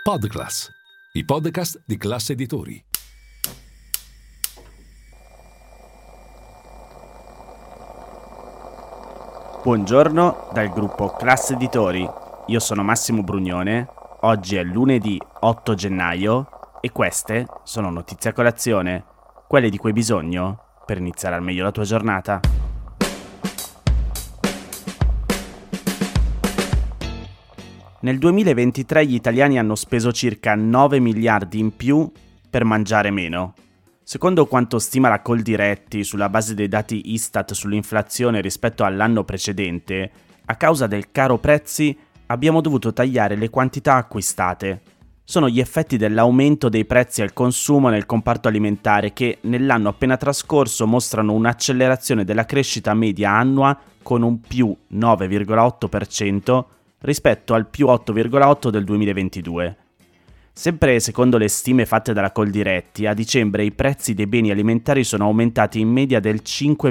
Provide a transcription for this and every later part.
Podclass, i podcast di Classe Editori. Buongiorno dal gruppo Classe Editori, io sono Massimo Brugnone, oggi è lunedì 8 gennaio e queste sono notizie a colazione, quelle di cui hai bisogno per iniziare al meglio la tua giornata. Nel 2023 gli italiani hanno speso circa 9 miliardi in più per mangiare meno. Secondo quanto stima la Coldiretti sulla base dei dati Istat sull'inflazione rispetto all'anno precedente, a causa del caro prezzi abbiamo dovuto tagliare le quantità acquistate. Sono gli effetti dell'aumento dei prezzi al consumo nel comparto alimentare che nell'anno appena trascorso mostrano un'accelerazione della crescita media annua con un più 9,8% rispetto al più 8,8% del 2022. Sempre secondo le stime fatte dalla Coldiretti, a dicembre i prezzi dei beni alimentari sono aumentati in media del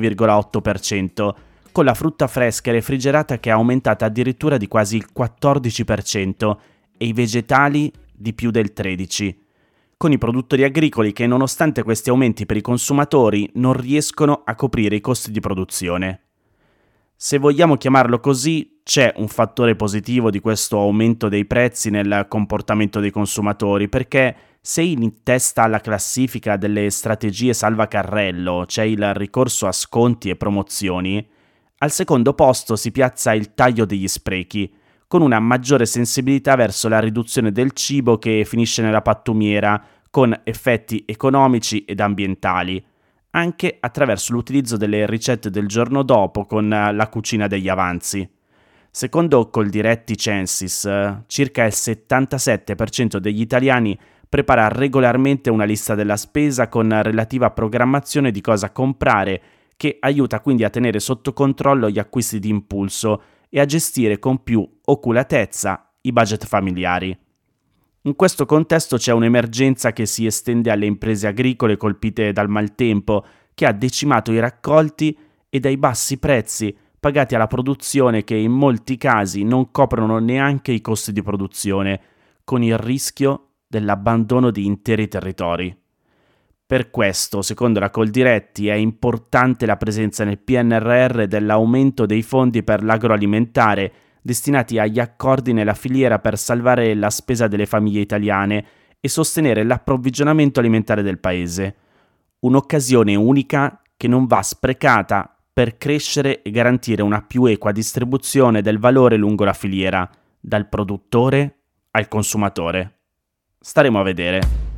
5,8%, con la frutta fresca e refrigerata che è aumentata addirittura di quasi il 14% e i vegetali di più del 13%, con i produttori agricoli che nonostante questi aumenti per i consumatori non riescono a coprire i costi di produzione. Se vogliamo chiamarlo così, c'è un fattore positivo di questo aumento dei prezzi nel comportamento dei consumatori, perché se in testa alla classifica delle strategie salvacarrello c'è il ricorso a sconti e promozioni, al secondo posto si piazza il taglio degli sprechi, con una maggiore sensibilità verso la riduzione del cibo che finisce nella pattumiera, con effetti economici ed ambientali, anche attraverso l'utilizzo delle ricette del giorno dopo con la cucina degli avanzi. Secondo Coldiretti Censis, circa il 77% degli italiani prepara regolarmente una lista della spesa con relativa programmazione di cosa comprare, che aiuta quindi a tenere sotto controllo gli acquisti di impulso e a gestire con più oculatezza i budget familiari. In questo contesto c'è un'emergenza che si estende alle imprese agricole colpite dal maltempo, che ha decimato i raccolti e dai bassi prezzi pagati alla produzione che in molti casi non coprono neanche i costi di produzione, con il rischio dell'abbandono di interi territori. Per questo, secondo la Coldiretti, è importante la presenza nel PNRR dell'aumento dei fondi per l'agroalimentare destinati agli accordi nella filiera per salvare la spesa delle famiglie italiane e sostenere l'approvvigionamento alimentare del paese. Un'occasione unica che non va sprecata per crescere e garantire una più equa distribuzione del valore lungo la filiera, dal produttore al consumatore. Staremo a vedere.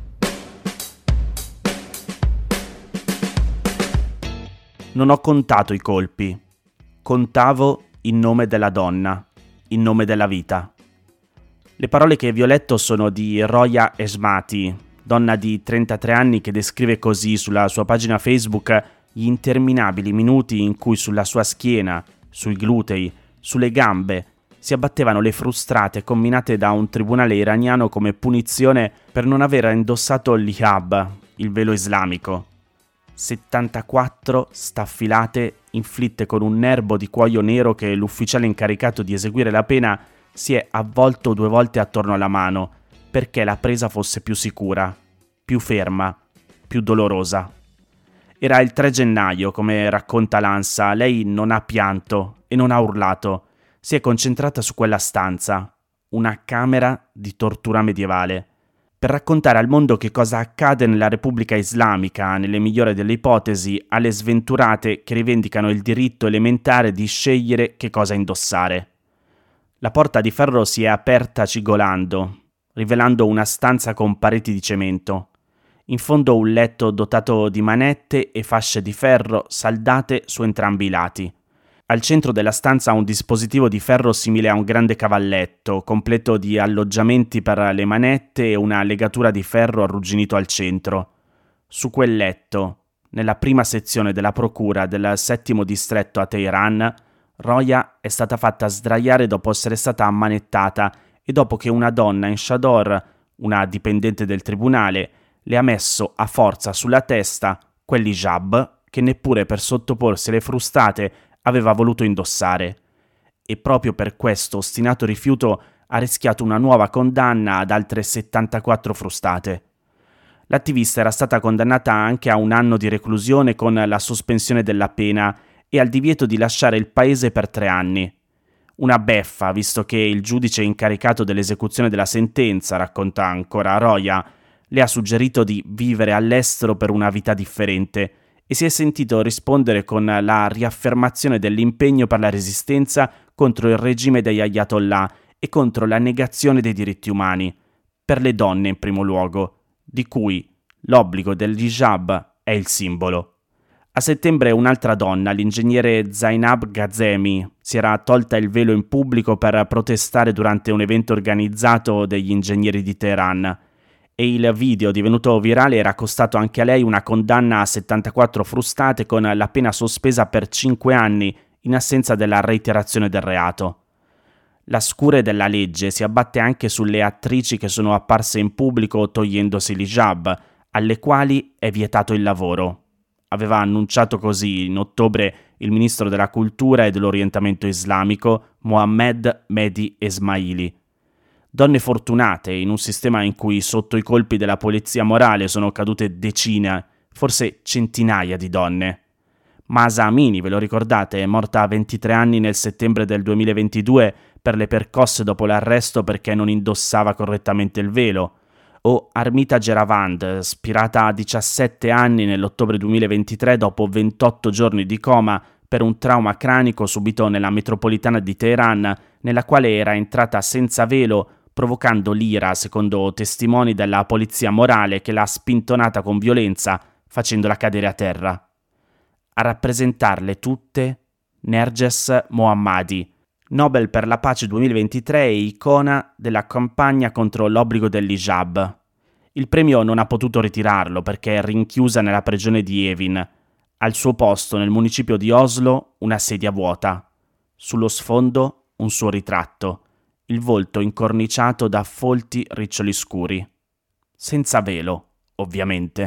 Non ho contato i colpi. Contavo in nome della donna, in nome della vita. Le parole che vi ho letto sono di Roya Esmati, donna di 33 anni che descrive così sulla sua pagina Facebook gli interminabili minuti in cui sulla sua schiena, sui glutei, sulle gambe si abbattevano le frustate comminate da un tribunale iraniano come punizione per non aver indossato l'hijab, il velo islamico. 74 staffilate inflitte con un nerbo di cuoio nero che l'ufficiale incaricato di eseguire la pena si è avvolto 2 volte attorno alla mano perché la presa fosse più sicura, più ferma, più dolorosa. Era il 3 gennaio, come racconta l'ANSA, lei non ha pianto e non ha urlato, si è concentrata su quella stanza, una camera di tortura medievale, per raccontare al mondo che cosa accade nella Repubblica Islamica, nelle migliori delle ipotesi, alle sventurate che rivendicano il diritto elementare di scegliere che cosa indossare. La porta di ferro si è aperta cigolando, rivelando una stanza con pareti di cemento. In fondo un letto dotato di manette e fasce di ferro saldate su entrambi i lati. Al centro della stanza un dispositivo di ferro simile a un grande cavalletto, completo di alloggiamenti per le manette e una legatura di ferro arrugginito al centro. Su quel letto, nella prima sezione della procura del 7° distretto a Teheran, Roya è stata fatta sdraiare dopo essere stata ammanettata e dopo che una donna in chador, una dipendente del tribunale, le ha messo a forza sulla testa quell'hijab che neppure per sottoporsi alle frustate aveva voluto indossare. E proprio per questo ostinato rifiuto ha rischiato una nuova condanna ad altre 74 frustate. L'attivista era stata condannata anche a 1 anno di reclusione con la sospensione della pena e al divieto di lasciare il paese per 3 anni. Una beffa, visto che il giudice incaricato dell'esecuzione della sentenza, racconta ancora Roya, le ha suggerito di vivere all'estero per una vita differente e si è sentito rispondere con la riaffermazione dell'impegno per la resistenza contro il regime degli Ayatollah e contro la negazione dei diritti umani, per le donne in primo luogo, di cui l'obbligo dell'hijab è il simbolo. A settembre un'altra donna, l'ingegnere Zainab Ghazemi, si era tolta il velo in pubblico per protestare durante un evento organizzato dagli ingegneri di Teheran e il video divenuto virale era costato anche a lei una condanna a 74 frustate con la pena sospesa per 5 anni in assenza della reiterazione del reato. La scure della legge si abbatte anche sulle attrici che sono apparse in pubblico togliendosi l'hijab, alle quali è vietato il lavoro. Aveva annunciato così in ottobre il ministro della cultura e dell'orientamento islamico Mohammed Mehdi Esmaili. Donne fortunate in un sistema in cui sotto i colpi della polizia morale sono cadute decine, forse centinaia di donne. Mahsa Amini, ve lo ricordate, è morta a 23 anni nel settembre del 2022 per le percosse dopo l'arresto perché non indossava correttamente il velo. O Armita Geravand, spirata a 17 anni nell'ottobre 2023 dopo 28 giorni di coma per un trauma cranico subito nella metropolitana di Teheran, nella quale era entrata senza velo, provocando l'ira, secondo testimoni della polizia morale, che l'ha spintonata con violenza, facendola cadere a terra. A rappresentarle tutte, Nerges Mohammadi, Nobel per la pace 2023 e icona della campagna contro l'obbligo dell'hijab. Il premio non ha potuto ritirarlo perché è rinchiusa nella prigione di Evin. Al suo posto, nel municipio di Oslo, una sedia vuota. Sullo sfondo, un suo ritratto, il volto incorniciato da folti riccioli scuri. Senza velo, ovviamente.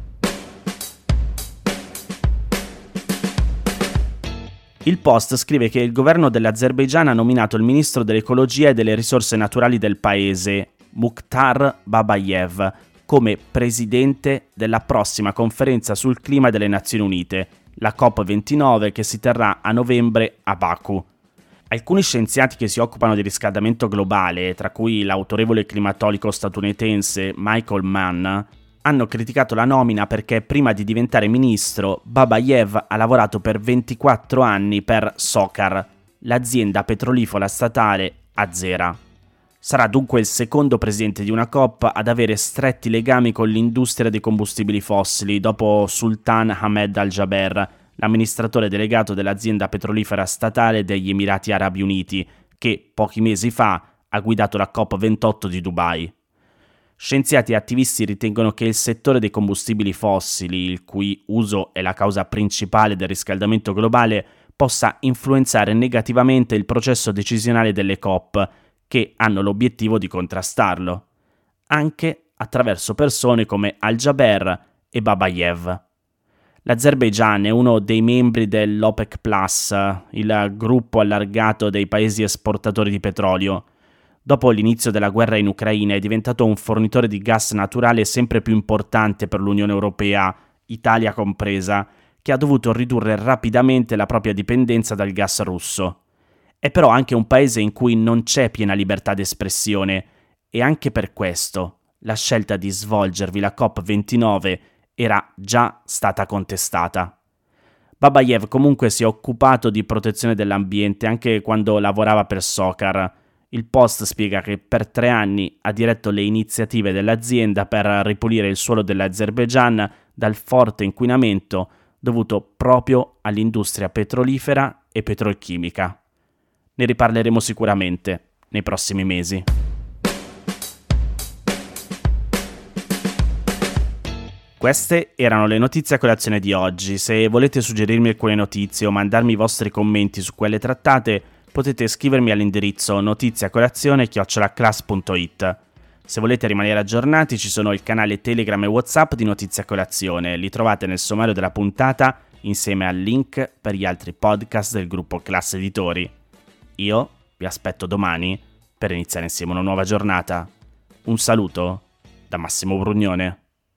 Il Post scrive che il governo dell'Azerbaigian ha nominato il ministro dell'ecologia e delle risorse naturali del paese, Mukhtar Babayev, come presidente della prossima conferenza sul clima delle Nazioni Unite, la COP29, che si terrà a novembre a Baku. Alcuni scienziati che si occupano di riscaldamento globale, tra cui l'autorevole climatologo statunitense Michael Mann, hanno criticato la nomina perché prima di diventare ministro, Babayev ha lavorato per 24 anni per Sokar, l'azienda petrolifera statale azera. Sarà dunque il secondo presidente di una COP ad avere stretti legami con l'industria dei combustibili fossili, dopo Sultan Ahmed Al-Jaber, l'amministratore delegato dell'azienda petrolifera statale degli Emirati Arabi Uniti, che pochi mesi fa ha guidato la COP28 di Dubai. Scienziati e attivisti ritengono che il settore dei combustibili fossili, il cui uso è la causa principale del riscaldamento globale, possa influenzare negativamente il processo decisionale delle COP, che hanno l'obiettivo di contrastarlo, anche attraverso persone come Al-Jaber e Babayev. L'Azerbaigian è uno dei membri dell'OPEC+, il gruppo allargato dei paesi esportatori di petrolio. Dopo l'inizio della guerra in Ucraina è diventato un fornitore di gas naturale sempre più importante per l'Unione Europea, Italia compresa, che ha dovuto ridurre rapidamente la propria dipendenza dal gas russo. È però anche un paese in cui non c'è piena libertà d'espressione e anche per questo la scelta di svolgervi la COP29 era già stata contestata. Babayev comunque si è occupato di protezione dell'ambiente anche quando lavorava per Sokar. Il Post spiega che per 3 anni ha diretto le iniziative dell'azienda per ripulire il suolo dell'Azerbaigian dal forte inquinamento dovuto proprio all'industria petrolifera e petrolchimica. Ne riparleremo sicuramente nei prossimi mesi. Queste erano le notizie a colazione di oggi. Se volete suggerirmi alcune notizie o mandarmi i vostri commenti su quelle trattate, potete scrivermi all'indirizzo notiziacolazione@class.it. Se volete rimanere aggiornati, ci sono il canale Telegram e WhatsApp di Notizie a Colazione. Li trovate nel sommario della puntata insieme al link per gli altri podcast del gruppo Class Editori. Io vi aspetto domani per iniziare insieme una nuova giornata. Un saluto da Massimo Brugnone.